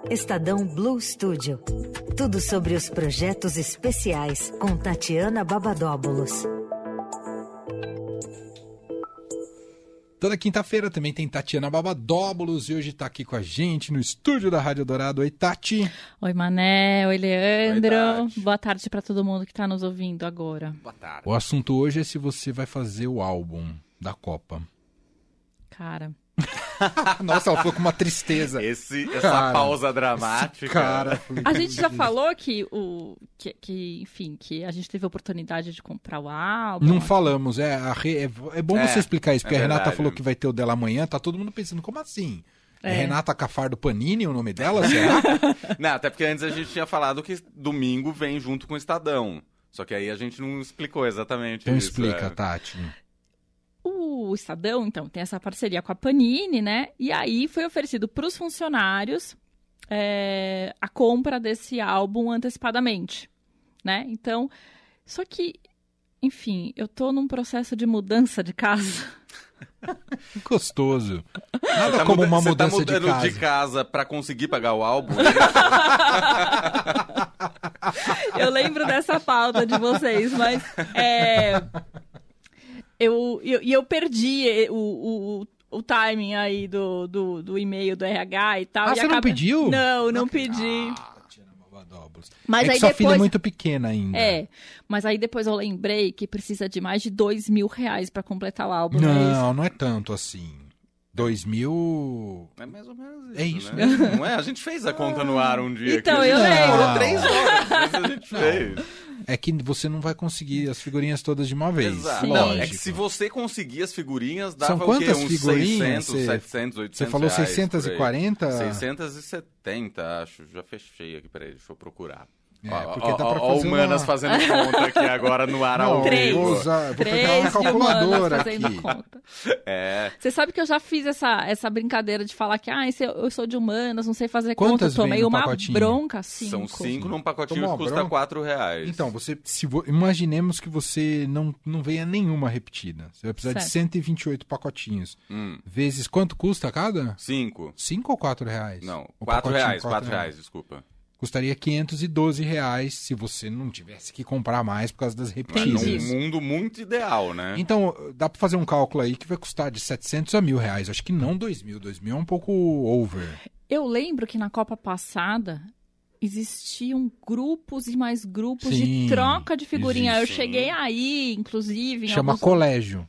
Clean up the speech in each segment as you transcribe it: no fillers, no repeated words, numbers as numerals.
Estadão Blue Studio. Tudo sobre os projetos especiais com Tatiana Babadóbulos. Toda quinta-feira também tem Tatiana Babadóbulos e hoje está aqui com a gente no estúdio da Rádio Dourado. Oi, Tati. Oi, Mané. Oi, Leandro. Oi, boa tarde para todo mundo que está nos ouvindo agora. Boa tarde. O assunto hoje é se você vai fazer o álbum da Copa. Cara... Nossa, ela falou com uma tristeza. Essa pausa dramática. Cara, a gente já falou que a gente teve a oportunidade de comprar o álbum. Não falamos, é bom você explicar isso, porque a Renata verdade. falou que vai ter o dela amanhã, tá todo mundo pensando, como assim? É Renata Cafardo Panini o nome dela, será? Não, até porque antes a gente tinha falado que domingo vem junto com o Estadão. Só que aí a gente não explicou exatamente Então isso. explica, Tati. O Estadão, então, tem essa parceria com a Panini, né? E aí foi oferecido para os funcionários a compra desse álbum antecipadamente, né? Então, só que, enfim, eu tô num processo de mudança de casa. Gostoso. Nada como uma mudança de casa. Você tá mudando de casa para conseguir pagar o álbum? Eu lembro dessa pauta de vocês, mas... Eu perdi o timing aí do e-mail do RH e tal. Ah, você não pediu? Não pedi. Mas aí sua depois... filha é muito pequena ainda. Mas aí depois eu lembrei que precisa de mais de R$2.000 para completar o álbum. Não é tanto assim. 2.000... É mais ou menos isso, É isso, né? mesmo. Não é? A gente fez a conta no ar um dia. Então, eu lembro. 3 horas, mas a gente fez. É que você não vai conseguir as figurinhas todas de uma vez. Exato. Lógico. Não, é que se você conseguir as figurinhas, dava São quantas o quê? Uns figurinhas? 600, 700, 800 Você falou reais, 640? 670, acho. Já fechei aqui, peraí, deixa eu procurar. Porque dá pra fazer Humanas fazendo conta aqui agora no ar ao vivo. Vou pegar uma calculadora fazendo aqui. Conta. Você sabe que eu já fiz essa brincadeira de falar que eu sou de humanas, não sei fazer Quantas conta. Tomei uma pacotinho? bronca, 5. São 5 num pacotinho Tomou que custa R$4. Então, imaginemos que você não venha nenhuma repetida. Você vai precisar de 128 pacotinhos. Vezes quanto custa cada? 5. 5 ou R$4? Não, O R$4, pacotinho, R$4, desculpa. Custaria R$512 se você não tivesse que comprar mais por causa das repetidas. Mas num mundo muito ideal, né? Então, dá pra fazer um cálculo aí que vai custar de 700 a R$1.000. Acho que não 2.000. 2.000 é um pouco over. Eu lembro que na Copa passada existiam grupos e mais grupos Sim, de troca de figurinha. existe. Eu cheguei aí, inclusive... Chama colégio.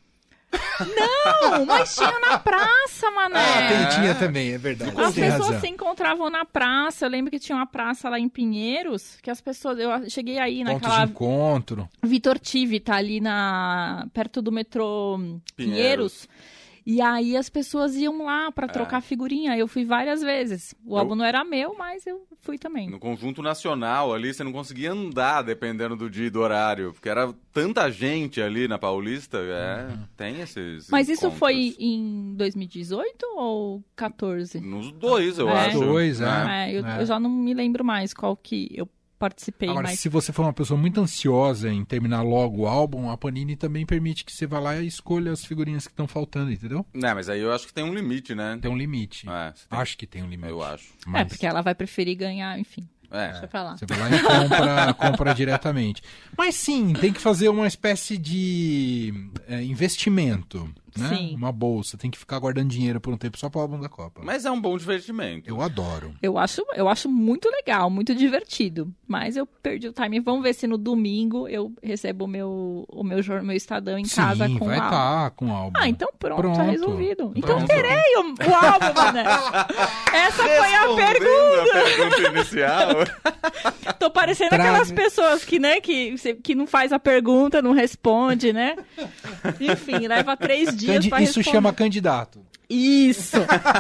Não, mas tinha na praça, mané. Tinha também, é verdade. As Tem pessoas razão. se encontravam na praça. Eu lembro que tinha uma praça lá em Pinheiros, que as pessoas... Eu cheguei aí Pontos naquela... de encontro. Vitor Tive tá ali perto do metrô Pinheiros. E aí as pessoas iam lá pra trocar figurinha. Eu fui várias vezes. O álbum não era meu, mas eu fui também. No Conjunto Nacional ali, você não conseguia andar dependendo do dia e do horário. Porque era tanta gente ali na Paulista. Tem esses Mas isso encontros. foi em 2018 ou 14? Nos dois, eu É. acho. Dois, Eu já não me lembro mais qual que eu participei. Agora, mas... se você for uma pessoa muito ansiosa em terminar logo o álbum, a Panini também permite que você vá lá e escolha as figurinhas que estão faltando, entendeu? Não, mas aí eu acho que tem um limite, né? Tem um limite. Você tem... Acho que tem um limite. Eu acho. Mas porque ela vai preferir ganhar, enfim. Deixa pra lá. você vai lá e compra diretamente. Mas sim, tem que fazer uma espécie de investimento, né? Sim. Uma bolsa, tem que ficar guardando dinheiro por um tempo só para o álbum da Copa. Mas é um bom divertimento. Eu adoro. Eu acho muito legal, muito divertido. Mas eu perdi o time. Vamos ver se no domingo eu recebo o meu Estadão em casa com vai o álbum. estar com o álbum. Então pronto, tá resolvido. Então Pronto. terei o álbum, mané. Essa foi a pergunta. A pergunta inicial. Tô parecendo aquelas pessoas que não faz a pergunta, não responde, né? Enfim, leva 3 dias pra Isso responder. chama candidato. Isso!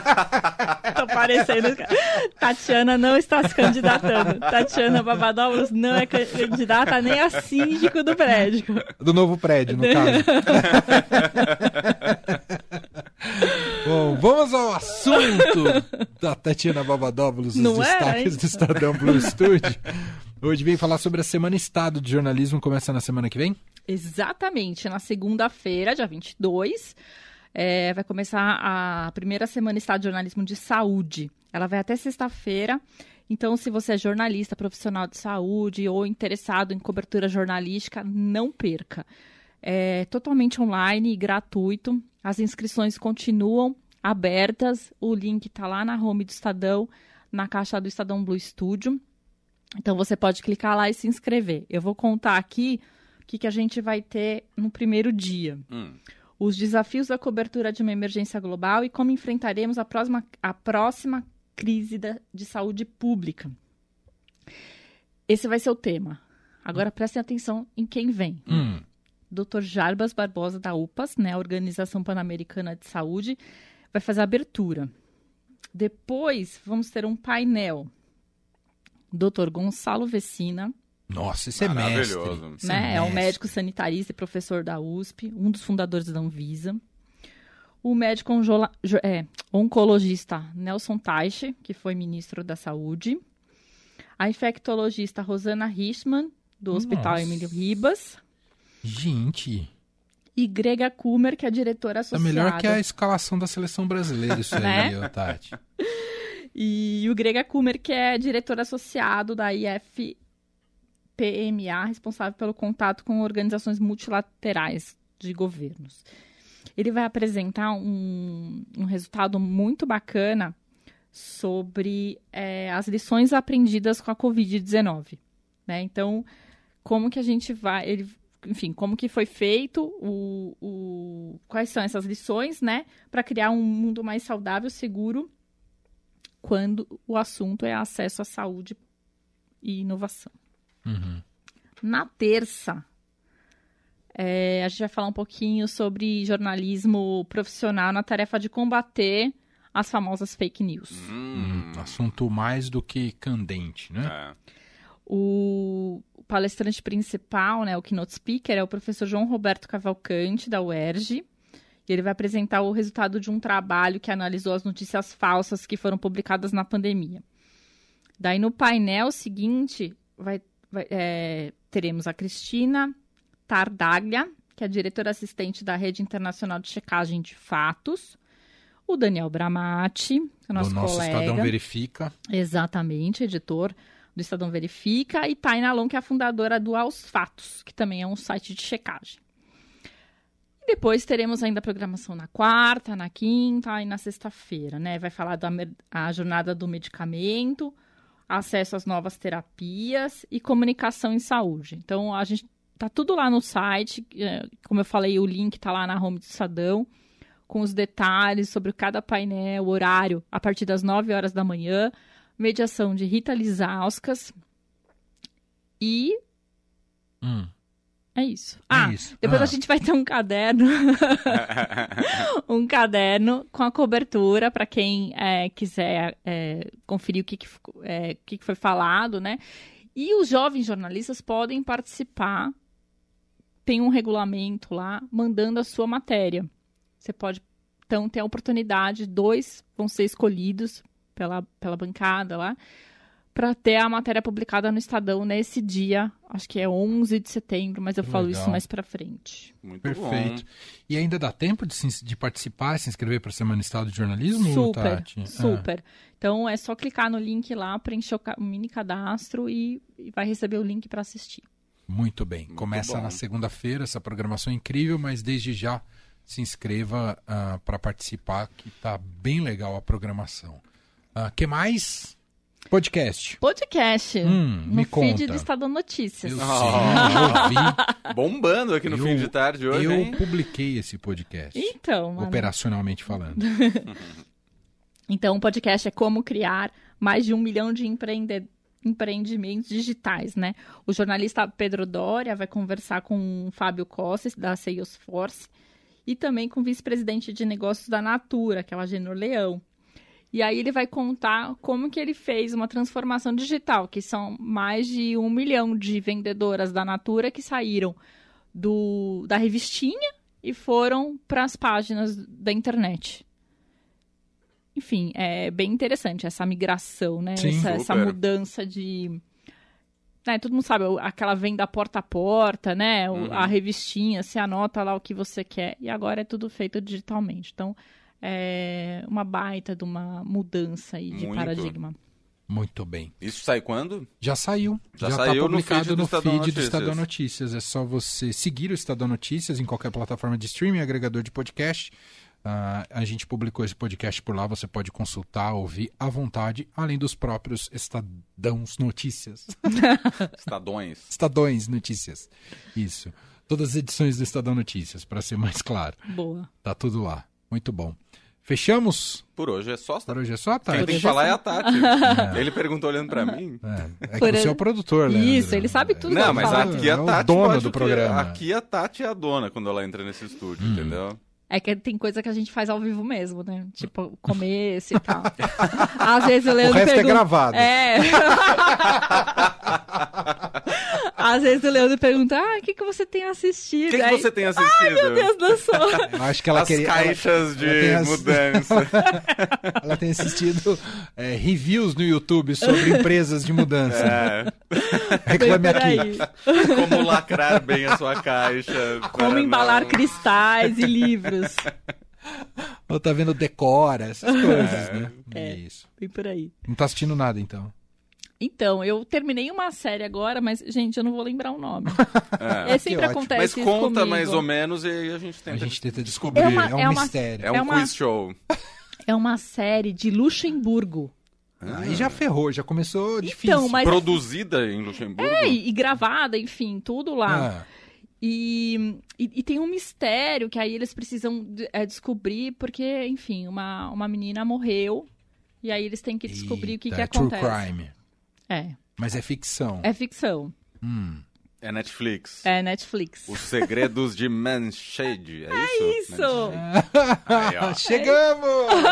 Tô parecendo... Tatiana não está se candidatando. Tatiana Babadóbulos não é candidata nem a síndico do prédio. Do novo prédio, no caso. Bom, vamos ao assunto da Tatiana Babadóbulos, os destaques do Estadão Blue Studio. Hoje vem falar sobre a Semana Estado de Jornalismo, começa na semana que vem? Exatamente, na segunda-feira, dia 22. Vai começar a primeira semana Estado de Jornalismo de Saúde. Ela vai até sexta-feira. Então, se você é jornalista, profissional de saúde ou interessado em cobertura jornalística, não perca. É totalmente online e gratuito. As inscrições continuam abertas. O link está lá na home do Estadão, na caixa do Estadão Blue Studio. Então, você pode clicar lá e se inscrever. Eu vou contar aqui o que a gente vai ter no primeiro dia. Os desafios da cobertura de uma emergência global e como enfrentaremos a próxima crise de saúde pública. Esse vai ser o tema. Agora, prestem atenção em quem vem. Dr. Jarbas Barbosa, da UPAS, né, a Organização Pan-Americana de Saúde, vai fazer a abertura. Depois, vamos ter um painel. Dr. Gonçalo Vecina. Nossa, isso é maravilhoso. Mestre. Né? É um médico sanitarista e professor da USP, um dos fundadores da Anvisa. O médico oncologista Nelson Teich, que foi ministro da Saúde. A infectologista Rosana Richman, do Hospital Emílio Ribas. Gente. E Grega Kummer, que é diretora associada. É melhor que a escalação da seleção brasileira, isso aí, né? Tati. E o Grega Kummer, que é diretor associado da IFPMA, responsável pelo contato com organizações multilaterais de governos. Ele vai apresentar um resultado muito bacana sobre as lições aprendidas com a Covid-19. Né? Então, como que a gente vai... como que foi feito, quais são essas lições, né? Para criar um mundo mais saudável, seguro, quando o assunto é acesso à saúde e inovação. Na terça, a gente vai falar um pouquinho sobre jornalismo profissional na tarefa de combater as famosas fake news. Assunto mais do que candente, né? O palestrante principal, né, o keynote speaker, é o professor João Roberto Cavalcante, da UERJ. E ele vai apresentar o resultado de um trabalho que analisou as notícias falsas que foram publicadas na pandemia. Daí, no painel seguinte, teremos a Cristina Tardaglia, que é diretora assistente da Rede Internacional de Checagem de Fatos. O Daniel Bramati, que é nosso colega. Estadão Verifica. Exatamente, editor do Estadão Verifica. E Taina Alon, que é a fundadora do Aos Fatos, que também é um site de checagem. E depois teremos ainda a programação na quarta, na quinta e na sexta-feira, né? Vai falar da jornada do medicamento, acesso às novas terapias e comunicação em saúde. Então, a gente tá tudo lá no site. Como eu falei, o link tá lá na home do Estadão, com os detalhes sobre cada painel, horário, a partir das 9 horas da manhã, mediação de Rita Lizauskas e... É isso. Depois a gente vai ter um caderno. Um caderno com a cobertura para quem quiser conferir o que foi falado, né? E os jovens jornalistas podem participar. Tem um regulamento lá mandando a sua matéria. Você pode, então, ter a oportunidade. 2 vão ser escolhidos pela bancada lá, para ter a matéria publicada no Estadão nesse dia, acho que é 11 de setembro, mas eu falo isso mais para frente. Muito Perfeito. bom. E ainda dá tempo de participar, se inscrever para a Semana Estado de Jornalismo, Super, Tati? super. Então, é só clicar no link lá, preencher o mini cadastro e vai receber o link para assistir. Muito bem. Começa na segunda-feira, essa programação é incrível, mas desde já se inscreva para participar, que está bem legal a programação. Que mais? Podcast. No feed conta. do Estadão Notícias. Eu vi. Bombando aqui no fim de tarde hoje, Eu publiquei esse podcast. Então, mano. Operacionalmente falando. Então, o podcast é como criar mais de 1 milhão de empreendimentos digitais, né? O jornalista Pedro Doria vai conversar com o Fábio Costa, da Salesforce, e também com o vice-presidente de negócios da Natura, que é o Agenor Leão. E aí ele vai contar como que ele fez uma transformação digital, que são mais de 1 milhão de vendedoras da Natura que saíram da revistinha e foram para as páginas da internet. Enfim, é bem interessante essa migração, né? Sim, essa mudança de né, todo mundo sabe, aquela venda porta a porta, né? A revistinha, você anota lá o que você quer. E agora é tudo feito digitalmente. Então, é uma baita de uma mudança aí de paradigma. Muito bem. Isso sai quando? Já saiu. Já está publicado no feed do Estadão Notícias. É só você seguir o Estadão Notícias em qualquer plataforma de streaming, agregador de podcast. A gente publicou esse podcast por lá, você pode consultar, ouvir à vontade, além dos próprios Estadões Notícias. Estadões Notícias. Isso. Todas as edições do Estadão Notícias, para ser mais claro. Boa. Tá tudo lá. Muito bom. Fechamos? Por hoje é só. Por hoje é só, Tati. Quem tem que falar é a Tati. Ele perguntou olhando pra mim. É que você é o produtor, Leandro. Isso, ele sabe tudo. Não, mas aqui a Tati é o dono do programa. Aqui a Tati é a dona quando ela entra nesse estúdio, entendeu? É que tem coisa que a gente faz ao vivo mesmo, né? Tipo, começo e tal. Às vezes o Leandro resto é gravado. Às vezes o Leandro pergunta, o que você tem assistido? O que você tem assistido? Ai, meu Deus, dançou. Eu acho que ela queria... caixas de mudança. Ela tem assistido reviews no YouTube sobre empresas de mudança. Reclame aqui. Como lacrar bem a sua caixa. Como embalar cristais e livros. Ou tá vendo decora, essas coisas, né? É isso. Bem por aí. Não tá assistindo nada, então? Então, eu terminei uma série agora, mas, gente, eu não vou lembrar o nome. Sempre acontece mas isso conta comigo. mais ou menos e aí a gente tenta descobrir. É um mistério. É um quiz show. É uma série de Luxemburgo. Aí já ferrou, já começou difícil. Então, mas... Produzida em Luxemburgo? E gravada, enfim, tudo lá. E tem um mistério que aí eles precisam descobrir, porque, enfim, uma menina morreu e aí eles têm que descobrir o que acontece. True crime. Mas é ficção. É ficção. É Netflix. É Netflix. Os Segredos de Manshade, é isso? É isso! Aí, ó. Chegamos!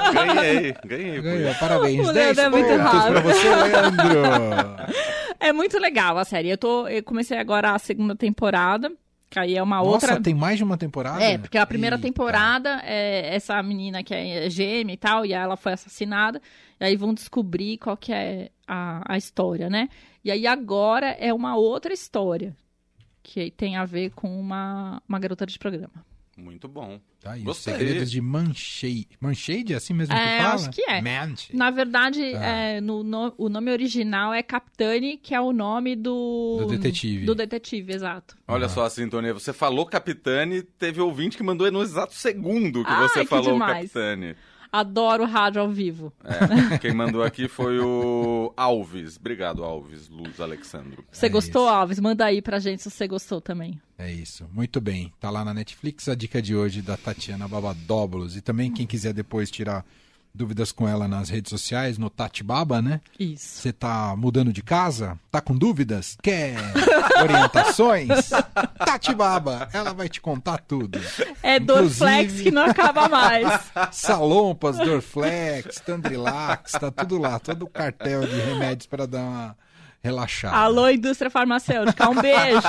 Ganhei. Parabéns. O 10 é muito pontos pra você, Leandro. É muito legal a série. Eu comecei agora a segunda temporada, que aí é uma outra... Nossa, tem mais de uma temporada? Porque a primeira temporada é essa menina que é gêmea e tal, e ela foi assassinada, e aí vão descobrir qual que é a história, né? E aí agora é uma outra história, que tem a ver com uma garota de programa. Muito bom. Tá aí, Os Segredos de Manshade. Manshade é assim mesmo que fala? Acho que é. Manshade. Na verdade, o nome original é Capitani, que é o nome do detetive. Do detetive, exato. Olha só a sintonia. Você falou Capitani, teve ouvinte que mandou no exato segundo que você falou demais. Capitani. Adoro rádio ao vivo. Quem mandou aqui foi o Alves. Obrigado, Alves, Luz Alexandro. Você gostou, Alves? Manda aí pra gente se você gostou também. É isso. Muito bem. Tá lá na Netflix a dica de hoje da Tatiana Babadóbulos. E também quem quiser depois tirar dúvidas com ela nas redes sociais, no Tati Baba, né? Isso. Você tá mudando de casa? Tá com dúvidas? Quer orientações? Tati Baba, ela vai te contar tudo. É Dorflex que não acaba mais. Salompas, Dorflex, Tandrilax, tá tudo lá. Todo o cartel de remédios para dar uma relaxada. Alô, indústria farmacêutica, um beijo.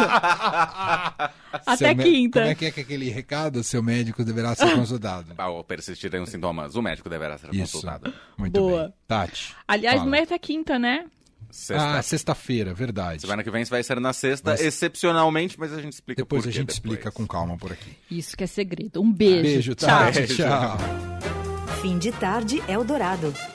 Até quinta. Como é que aquele recado? Seu médico deverá ser consultado. Ao persistirem os sintomas, o médico deverá ser consultado. Muito bem. Tati. Aliás, não é até quinta, né? Sexta-feira, verdade. Semana que vem vai ser na sexta, excepcionalmente, mas a gente explica depois. A gente explica com calma por aqui. Isso que é segredo. Um beijo. Beijo, Tati. Tchau. Fim de Tarde Eldorado.